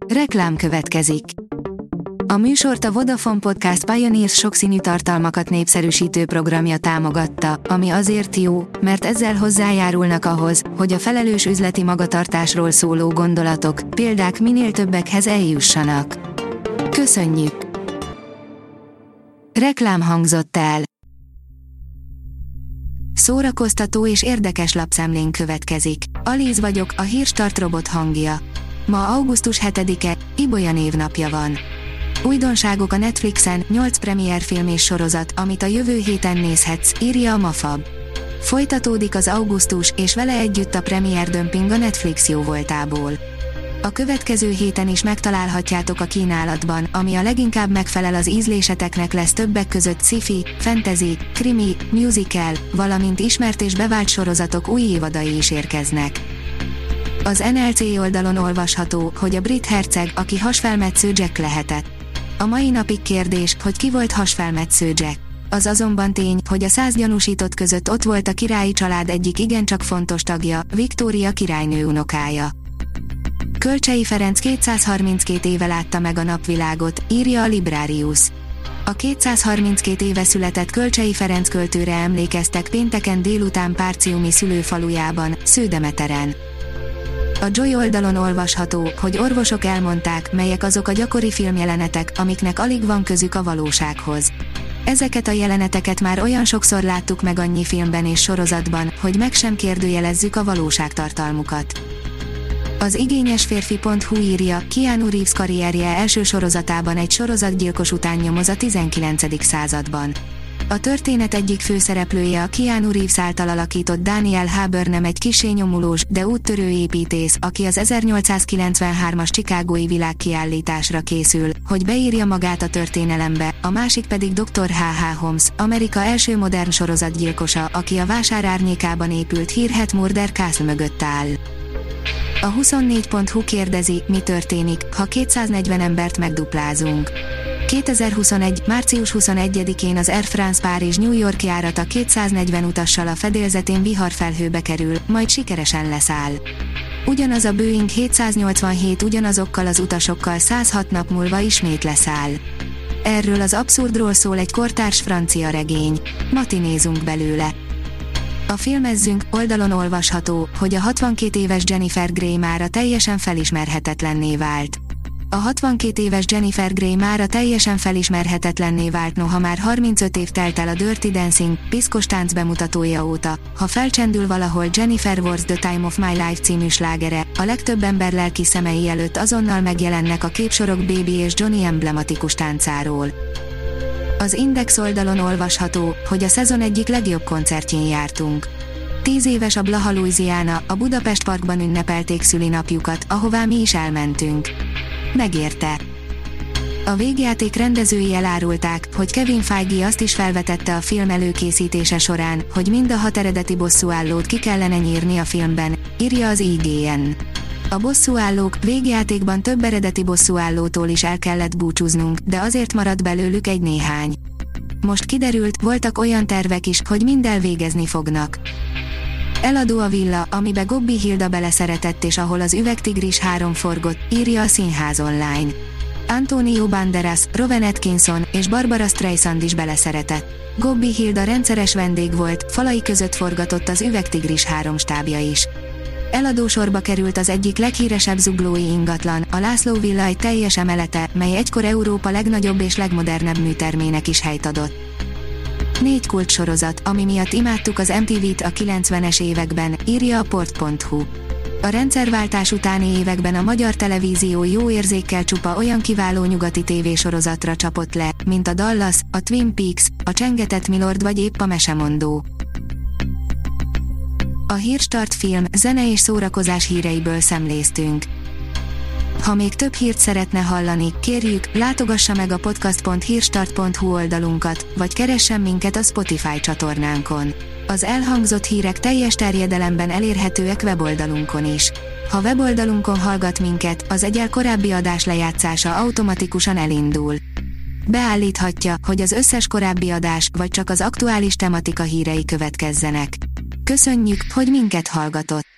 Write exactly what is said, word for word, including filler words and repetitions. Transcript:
Reklám következik. A műsort a Vodafone Podcast Pioneers sokszínű tartalmakat népszerűsítő programja támogatta, ami azért jó, mert ezzel hozzájárulnak ahhoz, hogy a felelős üzleti magatartásról szóló gondolatok, példák minél többekhez eljussanak. Köszönjük! Reklám hangzott el. Szórakoztató és érdekes lapszemlén következik. Alíz vagyok, a Hírstart robot hangja. Ma augusztus hetedike, Ibolya névnapja van. Újdonságok a Netflixen, nyolc premierfilm és sorozat, amit a jövő héten nézhetsz, írja a Mafab. Folytatódik az augusztus, és vele együtt a premier dömping a Netflix jóvoltából. A következő héten is megtalálhatjátok a kínálatban, ami a leginkább megfelel az ízléseteknek lesz többek között sci-fi, fantasy, krimi, musical, valamint ismert és bevált sorozatok új évadai is érkeznek. Az en el cé oldalon olvasható, hogy a brit herceg, aki hasfelmetsző Jack lehetett. A mai napig kérdés, hogy ki volt hasfelmetsző Jack. Az azonban tény, hogy a száz gyanúsított között ott volt a királyi család egyik igencsak fontos tagja, Viktória királynő unokája. Kölcsey Ferenc kétszázharminckét éve látta meg a napvilágot, írja a Librarius. A kétszázharminckét éve született Kölcsey Ferenc költőre emlékeztek pénteken délután Párciumi szülőfalujában, Sződemeteren. A Joy oldalon olvasható, hogy orvosok elmondták, melyek azok a gyakori filmjelenetek, amiknek alig van közük a valósághoz. Ezeket a jeleneteket már olyan sokszor láttuk meg annyi filmben és sorozatban, hogy meg sem kérdőjelezzük a valóságtartalmukat. Az igényes férfi pont hu írja, Keanu Reeves karrierje első sorozatában egy sorozatgyilkos után nyomoz a tizenkilencedik században. A történet egyik főszereplője a Keanu Reeves által alakított Daniel Habernam egy kissé nyomulós, de úttörő építész, aki az ezernyolcszázkilencvenhármas chicagói világkiállításra készül, hogy beírja magát a történelembe, a másik pedig doktor há há Holmes, Amerika első modern sorozatgyilkosa, aki a vásár árnyékában épült hírhedt Murder Castle mögött áll. A huszonnégy pont hu kérdezi, mi történik, ha kétszáznegyven embert megduplázunk. kétezer-huszonegy. március huszonegyedikén az Air France Párizs-New York járata kétszáznegyven utassal a fedélzetén viharfelhőbe kerül, majd sikeresen leszáll. Ugyanaz a Boeing hétszáznyolcvanhét ugyanazokkal az utasokkal száz hat nap múlva ismét leszáll. Erről az abszurdról szól egy kortárs francia regény. Matinézunk belőle. A Filmezzünk oldalon olvasható, hogy a hatvankét éves Jennifer Grey mára teljesen felismerhetetlenné vált. A hatvankét éves Jennifer Grey mára teljesen felismerhetetlenné vált, noha már harmincöt év telt el a Dirty Dancing, piszkos tánc bemutatója óta. Ha felcsendül valahol Jennifer Warnes The Time of My Life című slágere, a legtöbb ember lelki szemei előtt azonnal megjelennek a képsorok Baby és Johnny emblematikus táncáról. Az Index oldalon olvasható, hogy a szezon egyik legjobb koncertjén jártunk. Tíz éves a Blaha Louisiana, a Budapest Parkban ünnepelték szülinapjukat, ahová mi is elmentünk. Megérte. A Végjáték rendezői elárulták, hogy Kevin Feige azt is felvetette a film előkészítése során, hogy mind a hat eredeti bosszúállót ki kellene nyírni a filmben, írja az i gé en. A bosszúállók végjátékban több eredeti bosszúállótól is el kellett búcsúznunk, de azért maradt belőlük egy néhány. Most kiderült, voltak olyan tervek is, hogy mind elvégezni fognak. Eladó a villa, amibe Gobbi Hilda beleszeretett és ahol az Üvegtigris három forgott, írja a Színház online. Antonio Banderas, Rowan Atkinson és Barbara Streisand is beleszeretett. Gobbi Hilda rendszeres vendég volt, falai között forgatott az Üvegtigris három stábja is. Eladósorba került az egyik leghíresebb zuglói ingatlan, a László villa egy teljes emelete, mely egykor Európa legnagyobb és legmodernebb műtermének is helyt adott. Négy kultsorozat, ami miatt imádtuk az em té vét a kilencvenes években, írja a port pont hu. A rendszerváltás utáni években a magyar televízió jó érzékkel csupa olyan kiváló nyugati tévésorozatra csapott le, mint a Dallas, a Twin Peaks, a Csengetett Milord vagy épp a Mesemondó. A Hírstart film, zene és szórakozás híreiből szemléztünk. Ha még több hírt szeretne hallani, kérjük, látogassa meg a podcast pont hírstart pont hu oldalunkat, vagy keressen minket a Spotify csatornánkon. Az elhangzott hírek teljes terjedelemben elérhetőek weboldalunkon is. Ha weboldalunkon hallgat minket, az egyel korábbi adás lejátszása automatikusan elindul. Beállíthatja, hogy az összes korábbi adás, vagy csak az aktuális tematika hírei következzenek. Köszönjük, hogy minket hallgatott!